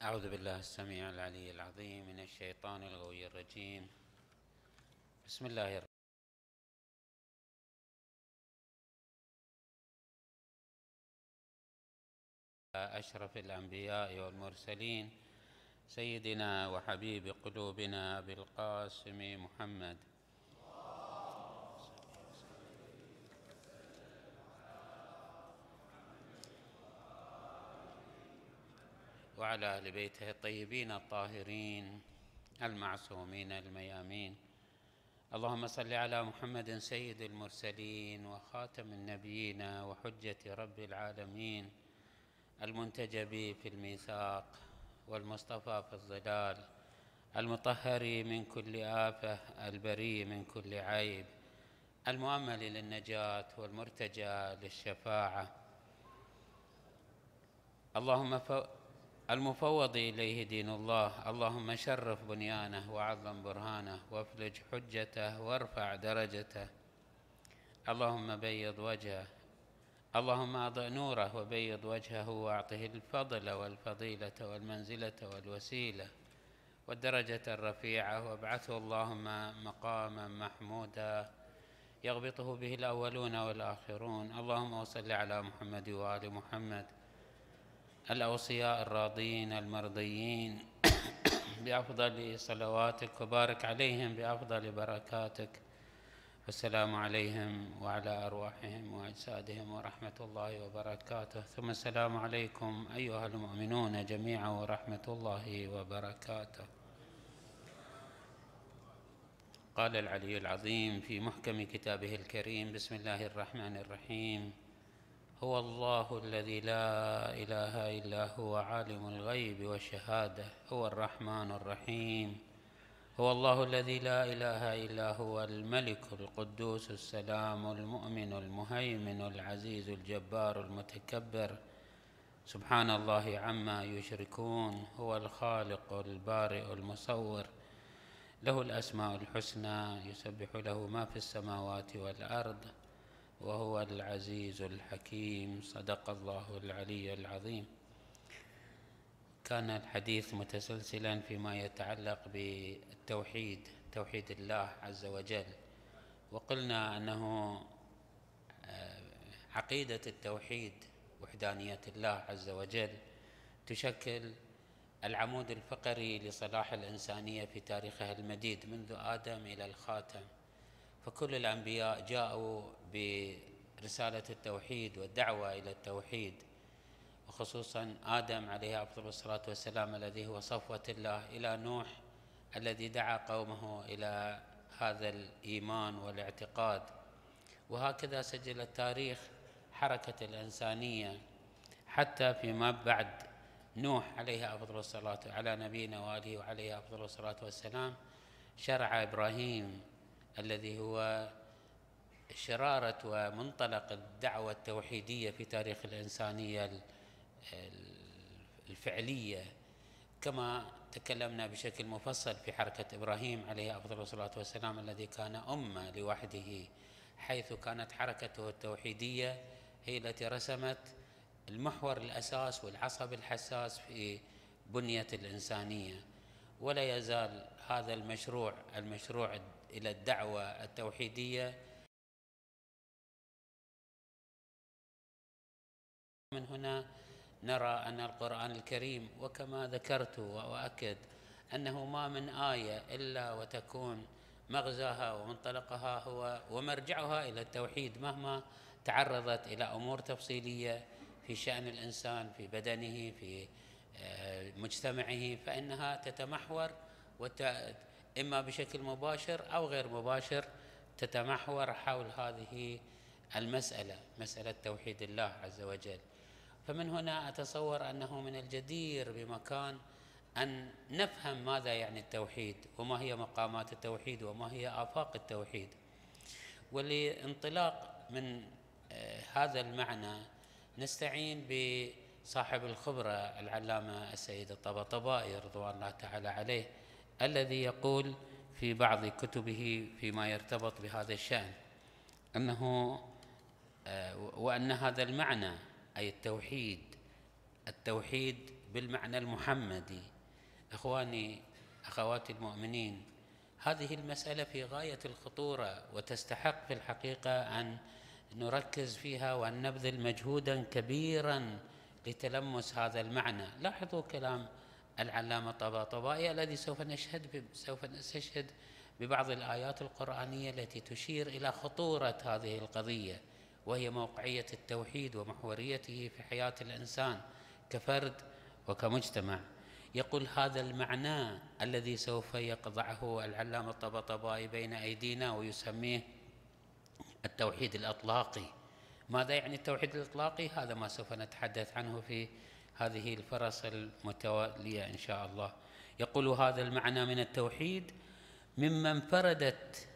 أعوذ بالله السميع العلي العظيم من الشيطان الغوي الرجيم. بسم الله الرحمن الرحيم. أشرف الأنبياء والمرسلين سيدنا وحبيب قلوبنا أبي القاسم محمد وعلى أهل بيته الطيبين الطاهرين المعصومين الميامين. اللهم صل على محمد سيد المرسلين وخاتم النبيين وحجة رب العالمين، المنتجب في الميثاق والمصطفى في الظلال، المطهر من كل آفة، البريء من كل عيب، المؤمل للنجاة والمرتجى للشفاعة. اللهم المفوض إليه دين الله، اللهم شرف بنيانه وعظم برهانه وافلج حجته وارفع درجته. اللهم بيض وجهه، اللهم أضئ نوره وبيض وجهه وأعطه الفضل والفضيلة والمنزلة والوسيلة والدرجة الرفيعة، وابعثه اللهم مقاما محمودا يغبطه به الأولون والآخرون. اللهم صل على محمد وآل محمد الأوصياء الراضين المرضيين بأفضل صلواتك، وبارك عليهم بأفضل بركاتك. والسلام عليهم وعلى أرواحهم وأجسادهم ورحمة الله وبركاته. ثم السلام عليكم أيها المؤمنون جميعا ورحمة الله وبركاته. قال العلي العظيم في محكم كتابه الكريم: بسم الله الرحمن الرحيم. هو الله الذي لا إله إلا هو عالم الغيب والشهادة، هو الرحمن الرحيم. هو الله الذي لا إله إلا هو الملك القدوس السلام المؤمن المهيمن العزيز الجبار المتكبر، سبحان الله عما يشركون. هو الخالق البارئ المصور، له الأسماء الحسنى، يسبح له ما في السماوات والأرض، وهو العزيز الحكيم. صدق الله العلي العظيم. كان الحديث متسلسلا فيما يتعلق بالتوحيد، توحيد الله عز وجل، وقلنا أنه عقيدة التوحيد وحدانية الله عز وجل تشكل العمود الفقري لصلاح الإنسانية في تاريخها المديد منذ آدم إلى الخاتم. فكل الأنبياء جاءوا برسالة التوحيد والدعوة إلى التوحيد، وخصوصا آدم عليه أفضل الصلاة والسلام الذي هو صفوة الله، إلى نوح الذي دعا قومه إلى هذا الإيمان والاعتقاد. وهكذا سجل التاريخ حركة الإنسانية حتى فيما بعد نوح عليه أفضل الصلاة على نبينا وآله وعليه أفضل الصلاة والسلام. شرع إبراهيم الذي هو شرارة ومنطلق الدعوة التوحيدية في تاريخ الإنسانية الفعلية، كما تكلمنا بشكل مفصل في حركة إبراهيم عليه أفضل الصلاة والسلام الذي كان أمة لوحده، حيث كانت حركته التوحيدية هي التي رسمت المحور الأساس والعصب الحساس في بنية الإنسانية. ولا يزال هذا المشروع إلى الدعوة التوحيدية. من هنا نرى أن القرآن الكريم، وكما ذكرت وأؤكد أنه ما من آية إلا وتكون مغزاها ومنطلقها هو ومرجعها إلى التوحيد، مهما تعرضت إلى أمور تفصيلية في شأن الإنسان، في بدنه، في مجتمعه، فإنها تتمحور إما بشكل مباشر أو غير مباشر تتمحور حول هذه المسألة، مسألة توحيد الله عز وجل. فمن هنا أتصور أنه من الجدير بمكان أن نفهم ماذا يعني التوحيد، وما هي مقامات التوحيد، وما هي آفاق التوحيد. ولانطلاق من هذا المعنى نستعين بصاحب الخبرة العلامة السيد الطباطبائي رضوان الله تعالى عليه، الذي يقول في بعض كتبه فيما يرتبط بهذا الشأن وأن هذا المعنى أي التوحيد بالمعنى المحمدي. إخواني أخواتي المؤمنين، هذه المسألة في غاية الخطورة وتستحق في الحقيقة أن نركز فيها وأن نبذل مجهودا كبيرا لتلمس هذا المعنى. لاحظوا كلام العلامة الطباطبائي الذي سوف نستشهد ببعض الآيات القرآنية التي تشير إلى خطورة هذه القضية، وهي موقعية التوحيد ومحوريته في حياة الإنسان كفرد وكمجتمع. يقول هذا المعنى الذي سوف يقضعه العلامة الطباطبائي بين أيدينا ويسميه التوحيد الإطلاقي. ماذا يعني التوحيد الإطلاقي؟ هذا ما سوف نتحدث عنه في هذه الفرص المتوالية إن شاء الله. يقول هذا المعنى من التوحيد مما انفردت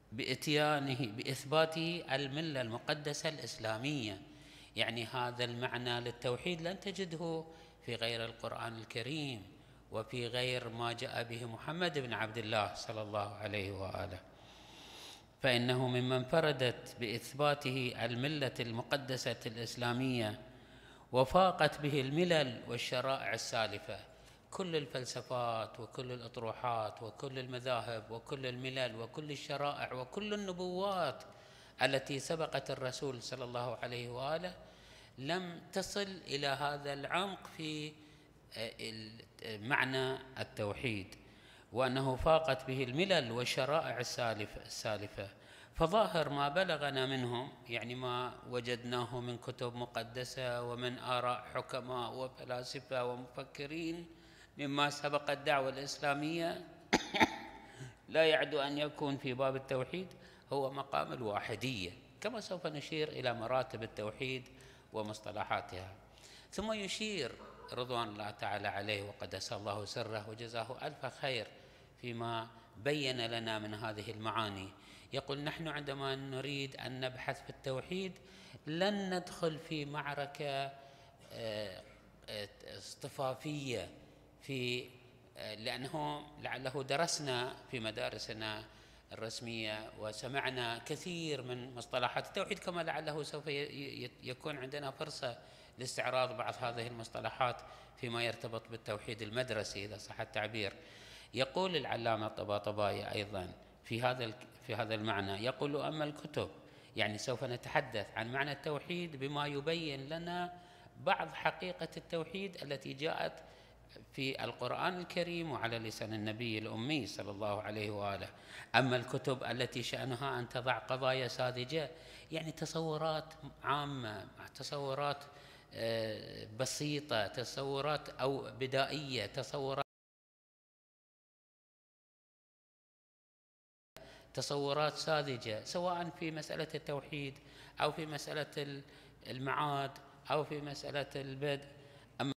بإثباته الملة المقدسة الإسلامية. يعني هذا المعنى للتوحيد لن تجده في غير القرآن الكريم وفي غير ما جاء به محمد بن عبد الله صلى الله عليه وآله، فإنه مما انفردت بإثباته الملة المقدسة الإسلامية وفاقت به الملل والشرائع السالفة. كل الفلسفات وكل الأطروحات وكل المذاهب وكل الملل وكل الشرائع وكل النبوات التي سبقت الرسول صلى الله عليه وآله لم تصل إلى هذا العمق في معنى التوحيد، وأنه فاقت به الملل والشرائع السالفة. فظاهر ما بلغنا منهم، يعني ما وجدناه من كتب مقدسة ومن آراء حكماء وفلاسفة ومفكرين مما سبق الدعوة الإسلامية، لا يعد أن يكون في باب التوحيد هو مقام الواحدية، كما سوف نشير إلى مراتب التوحيد ومصطلحاتها. ثم يشير رضوان الله تعالى عليه وقدس الله سره وجزاه ألف خير فيما بين لنا من هذه المعاني. يقول نحن عندما نريد أن نبحث في التوحيد لن ندخل في معركة اصطفافية لأنه لعله درسنا في مدارسنا الرسمية وسمعنا كثير من مصطلحات التوحيد، كما لعله سوف يكون عندنا فرصة لاستعراض بعض هذه المصطلحات فيما يرتبط بالتوحيد المدرسي إذا صح التعبير. يقول العلامة الطباطبائي أيضا في هذا المعنى، يقول أما الكتب، يعني سوف نتحدث عن معنى التوحيد بما يبين لنا بعض حقيقة التوحيد التي جاءت في القرآن الكريم وعلى لسان النبي الأمي صلى الله عليه وآله. أما الكتب التي شأنها أن تضع قضايا ساذجة، يعني تصورات عامة، تصورات بسيطة، تصورات أو بدائية، تصورات ساذجة، سواء في مسألة التوحيد أو في مسألة المعاد أو في مسألة البدء. أما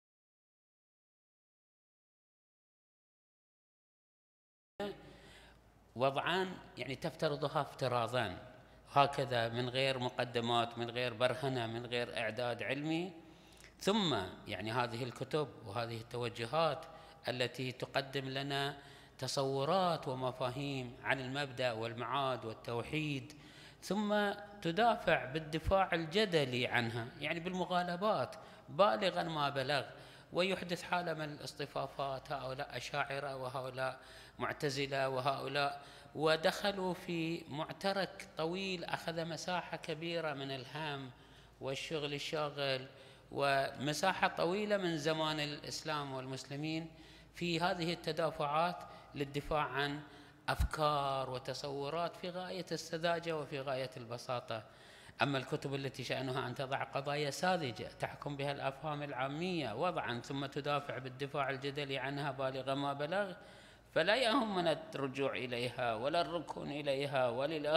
وضعان يعني تفترضها افتراضان هكذا من غير مقدمات، من غير برهنة، من غير إعداد علمي. ثم يعني هذه الكتب وهذه التوجهات التي تقدم لنا تصورات ومفاهيم عن المبدأ والمعاد والتوحيد، ثم تدافع بالدفاع الجدلي عنها، يعني بالمغالبات بالغا ما بلغ، ويحدث حالة من الاصطفافات، هؤلاء أشاعرة وهؤلاء معتزلة وهؤلاء، ودخلوا في معترك طويل أخذ مساحة كبيرة من الهم والشغل الشاغل ومساحة طويلة من زمان الإسلام والمسلمين في هذه التدافعات للدفاع عن أفكار وتصورات في غاية السذاجة وفي غاية البساطة. أما الكتب التي شأنها أن تضع قضايا ساذجة تحكم بها الأفهام العامية وضعا ثم تدافع بالدفاع الجدلي عنها بالغ ما بلغ، فلا يهمنا الرجوع إليها ولا الركون إليها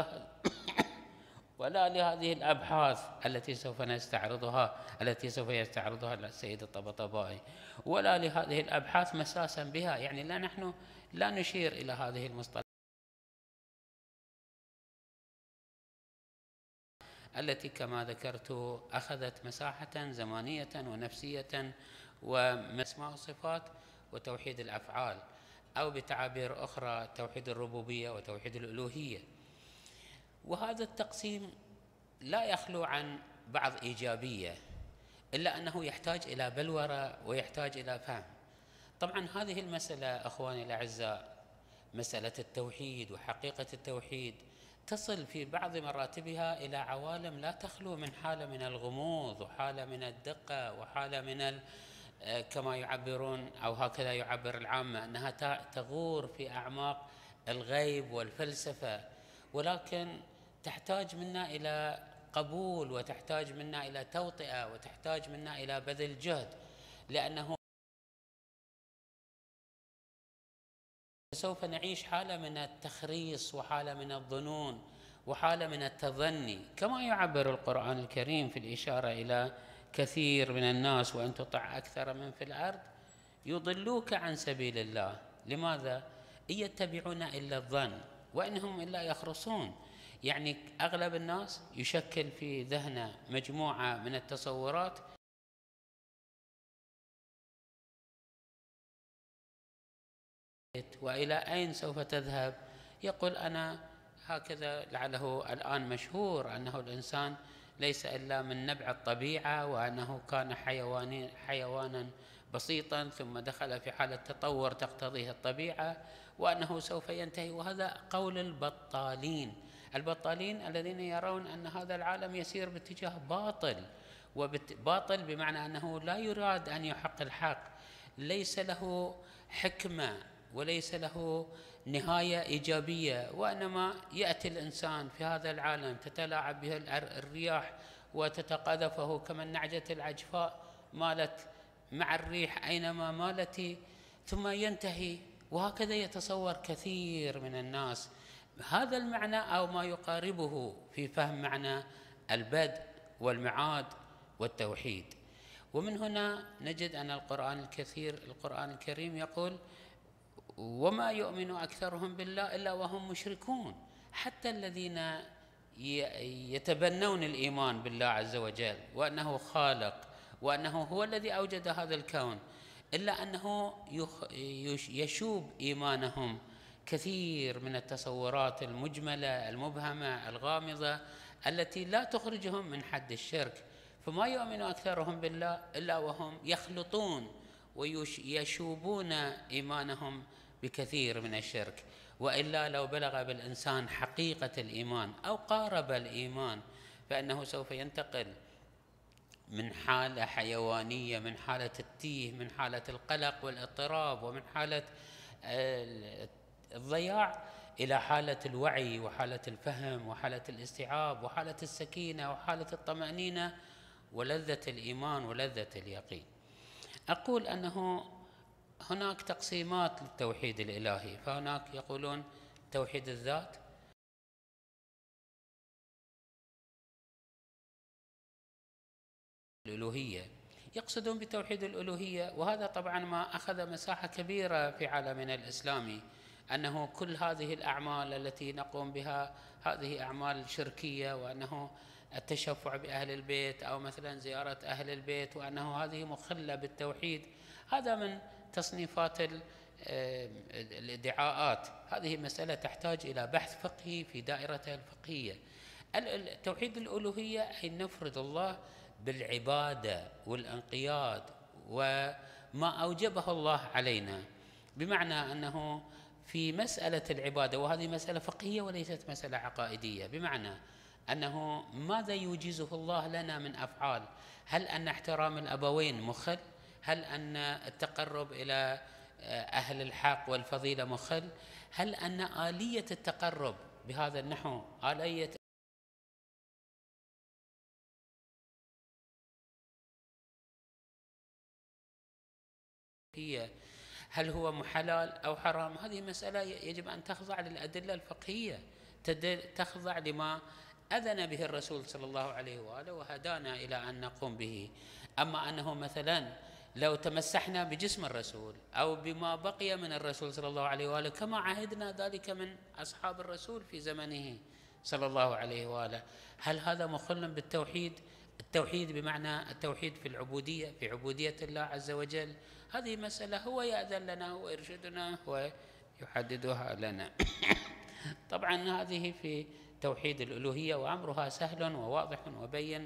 ولا لهذه الأبحاث التي سوف يستعرضها السيد الطباطبائي، ولا لهذه الأبحاث مساسا بها. يعني نحن لا نشير إلى هذه المصطلحات التي كما ذكرت أخذت مساحة زمانية ونفسية وأسماء وصفات وتوحيد الأفعال، أو بتعابير أخرى توحيد الربوبية وتوحيد الألوهية. وهذا التقسيم لا يخلو عن بعض إيجابية، إلا أنه يحتاج إلى بلورة ويحتاج إلى فهم. طبعا هذه المسألة أخواني الأعزاء، مسألة التوحيد وحقيقة التوحيد، تصل في بعض مراتبها إلى عوالم لا تخلو من حالة من الغموض وحالة من الدقة وحالة من كما يعبرون أو هكذا يعبر العامة أنها تغور في أعماق الغيب والفلسفة، ولكن تحتاج منا إلى قبول وتحتاج منا إلى توطئة وتحتاج منا إلى بذل جهد، لأنه سوف نعيش حالة من التخريص وحالة من الظنون وحالة من التظني، كما يعبر القرآن الكريم في الإشارة إلى كثير من الناس وأن تطع أكثر من في الأرض يضلوك عن سبيل الله. لماذا؟ إن يتبعون إلا الظن وإنهم إلا يخرصون. يعني أغلب الناس يشكل في ذهنه مجموعة من التصورات وإلى أين سوف تذهب؟ يقول أنا هكذا، لعله الآن مشهور أنه الإنسان ليس إلا من نبع الطبيعة، وأنه كان حيوانا بسيطا ثم دخل في حالة تطور تقتضيه الطبيعة، وأنه سوف ينتهي. وهذا قول البطالين الذين يرون أن هذا العالم يسير باتجاه باطل، وباطل بمعنى أنه لا يراد أن يحقق الحق، ليس له حكمة وليس له نهاية إيجابية، وإنما يأتي الإنسان في هذا العالم تتلاعب به الرياح وتتقاذفه كما النعجة العجفاء مالت مع الريح أينما مالت ثم ينتهي. وهكذا يتصور كثير من الناس هذا المعنى أو ما يقاربه في فهم معنى البدء والمعاد والتوحيد. ومن هنا نجد أن القرآن الكريم يقول وما يؤمن أكثرهم بالله إلا وهم مشركون. حتى الذين يتبنون الإيمان بالله عز وجل وأنه خالق وأنه هو الذي أوجد هذا الكون، إلا أنه يشوب إيمانهم كثير من التصورات المجملة المبهمة الغامضة التي لا تخرجهم من حد الشرك. فما يؤمن أكثرهم بالله إلا وهم يخلطون ويشوبون إيمانهم بكثير من الشرك. وإلا لو بلغ بالإنسان حقيقة الإيمان أو قارب الإيمان فإنه سوف ينتقل من حالة حيوانية، من حالة التيه، من حالة القلق والاضطراب ومن حالة الضياع إلى حالة الوعي وحالة الفهم وحالة الاستيعاب وحالة السكينة وحالة الطمأنينة ولذة الإيمان ولذة اليقين. أقول أنه هناك تقسيمات للتوحيد الإلهي، فهناك يقولون توحيد الذات، الألوهية، يقصدون بتوحيد الألوهية، وهذا طبعا ما أخذ مساحة كبيرة في عالمنا الإسلامي، أنه كل هذه الأعمال التي نقوم بها هذه أعمال شركية، وأنه التشفع بأهل البيت أو مثلا زيارة أهل البيت وأنه هذه مخلة بالتوحيد. هذا من تصنيفات الادعاءات. هذه مسألة تحتاج إلى بحث فقهي في دائرتها الفقهية. توحيد الألوهية أي نفرد الله بالعبادة والانقياد وما أوجبه الله علينا، بمعنى أنه في مسألة العبادة، وهذه مسألة فقهية وليست مسألة عقائدية، بمعنى أنه ماذا يوجزه الله لنا من أفعال؟ هل أن احترام الأبوين مخل؟ هل أن التقرب إلى أهل الحق والفضيلة مخل؟ هل أن آلية التقرب بهذا النحو آلية هل هو محلال أو حرام؟ هذه مسألة يجب أن تخضع للأدلة الفقهية، تخضع لما أذن به الرسول صلى الله عليه وآله وهدانا إلى أن نقوم به. أما أنه مثلا لو تمسحنا بجسم الرسول أو بما بقي من الرسول صلى الله عليه وآله كما عهدنا ذلك من أصحاب الرسول في زمنه صلى الله عليه وآله، هل هذا مخل بالتوحيد؟ التوحيد بمعنى التوحيد في العبودية، في عبودية الله عز وجل، هذه مسألة هو يأذن لنا ويرشدنا ويحددها لنا. طبعا هذه في توحيد الألوهية وأمرها سهل وواضح وبين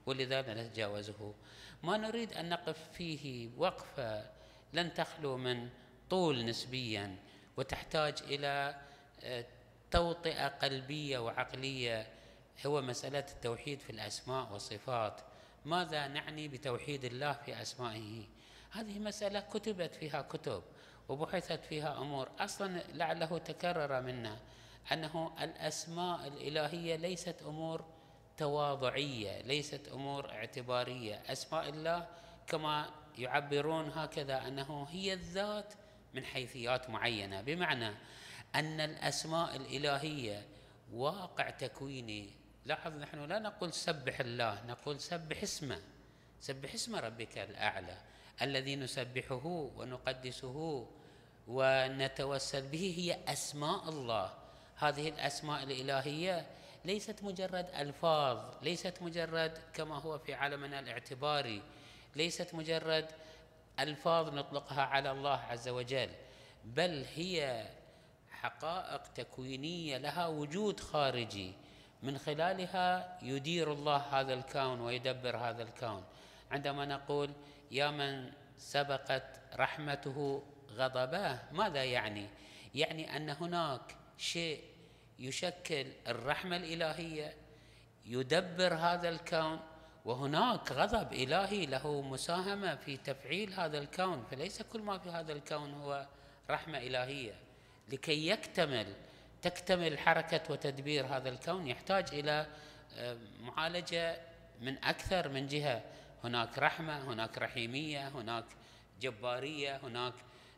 ولذا لا نتجاوزه. ما نريد أن نقف فيه وقفة لن تخلو من طول نسبيا، وتحتاج إلى توطئة قلبية وعقلية، هو مسألة التوحيد في الأسماء والصفات. ماذا نعني بتوحيد الله في أسمائه؟ هذه مسألة كتبت فيها كتب وبحثت فيها أمور، أصلا لعله تكرر منا أنه الأسماء الإلهية ليست أمور تواضعية، ليست أمور اعتبارية. أسماء الله كما يعبرون هكذا أنه هي الذات من حيثيات معينة، بمعنى أن الأسماء الإلهية واقع تكويني. لاحظ، نحن لا نقول سبح الله، نقول سبح اسمه، سبح اسم ربك الأعلى الذي نسبحه ونقدسه ونتوسل به. هي أسماء الله. هذه الأسماء الإلهية ليست مجرد ألفاظ، ليست مجرد كما هو في عالمنا الاعتباري، ليست مجرد ألفاظ نطلقها على الله عز وجل، بل هي حقائق تكوينية لها وجود خارجي، من خلالها يدير الله هذا الكون ويدبر هذا الكون. عندما نقول يا من سبقت رحمته غضبه، ماذا يعني؟ يعني أن هناك شيء يشكل الرحمة الإلهية يدبر هذا الكون، وهناك غضب إلهي له مساهمة في تفعيل هذا الكون، فليس كل ما في هذا الكون هو رحمة إلهية. لكي تكتمل حركة وتدبير هذا الكون يحتاج إلى معالجة من أكثر من جهة. هناك رحمة، هناك رحيمية، هناك جبارية، هناك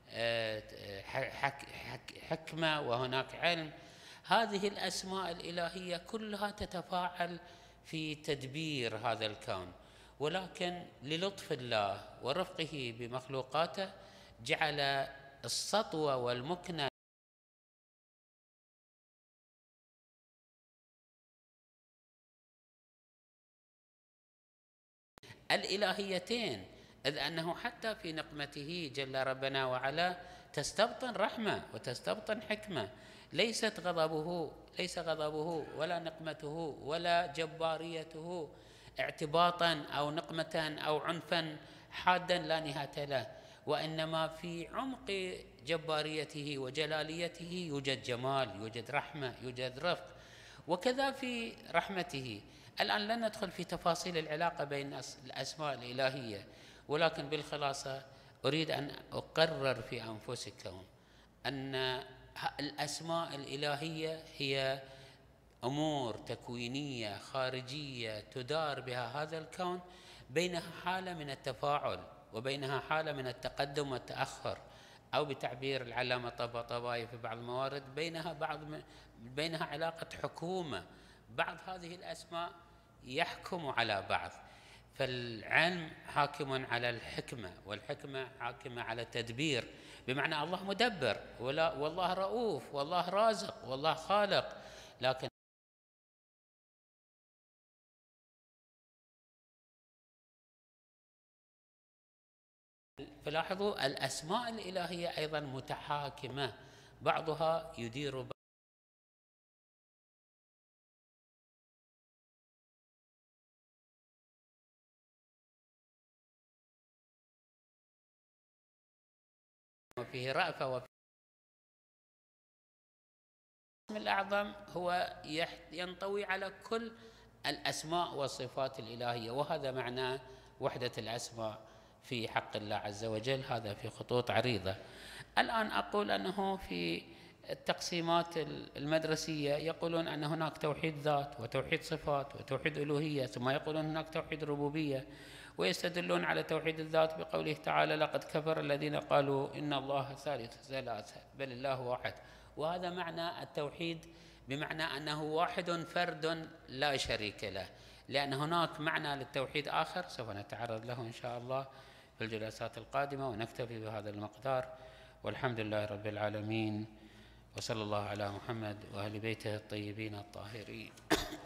حكمة، وهناك علم. هذه الأسماء الإلهية كلها تتفاعل في تدبير هذا الكون، ولكن للطف الله ورفقه بمخلوقاته جعل السطوة والمكنة الإلهيتين، إذ أنه حتى في نقمته جل ربنا وعلا تستبطن رحمة وتستبطن حكمة. ليس غضبه ولا نقمته ولا جباريته اعتباطا أو نقمة أو عنفا حادا لا نهاية له، وإنما في عمق جباريته وجلاليته يوجد جمال، يوجد رحمة، يوجد رفق. وكذا في رحمته. الآن لن ندخل في تفاصيل العلاقة بين الأسماء الإلهية، ولكن بالخلاصة أريد أن أقرر في أنفسكم أن الأسماء الإلهية هي أمور تكوينية خارجية تدار بها هذا الكون، بينها حالة من التفاعل وبينها حالة من التقدم والتأخر، أو بتعبير العلامة طباطبائي في بعض الموارد بينها علاقة حكومة. بعض هذه الأسماء يحكم على بعض، فالعلم حاكم على الحكمة، والحكمة حاكمة على التدبير، بمعنى الله مدبر، والله رؤوف، والله رازق، والله خالق. لكن فلاحظوا الأسماء الإلهية أيضا متحاكمة، بعضها يدير وفيه رأفة. وفيه الاسم الأعظم هو ينطوي على كل الأسماء والصفات الإلهية، وهذا معنى وحدة الأسماء في حق الله عز وجل. هذا في خطوط عريضة. الآن أقول أنه في التقسيمات المدرسية يقولون أن هناك توحيد ذات وتوحيد صفات وتوحيد ألوهية، ثم يقولون هناك توحيد ربوبية، ويستدلون على توحيد الذات بقوله تعالى لقد كفر الذين قالوا إن الله ثالث ثلاثة بل الله واحد. وهذا معنى التوحيد، بمعنى أنه واحد فرد لا شريك له. لأن هناك معنى للتوحيد آخر سوف نتعرض له إن شاء الله في الجلسات القادمة، ونكتفي بهذا المقدار، والحمد لله رب العالمين، وصلى الله على محمد وأهل بيته الطيبين الطاهرين.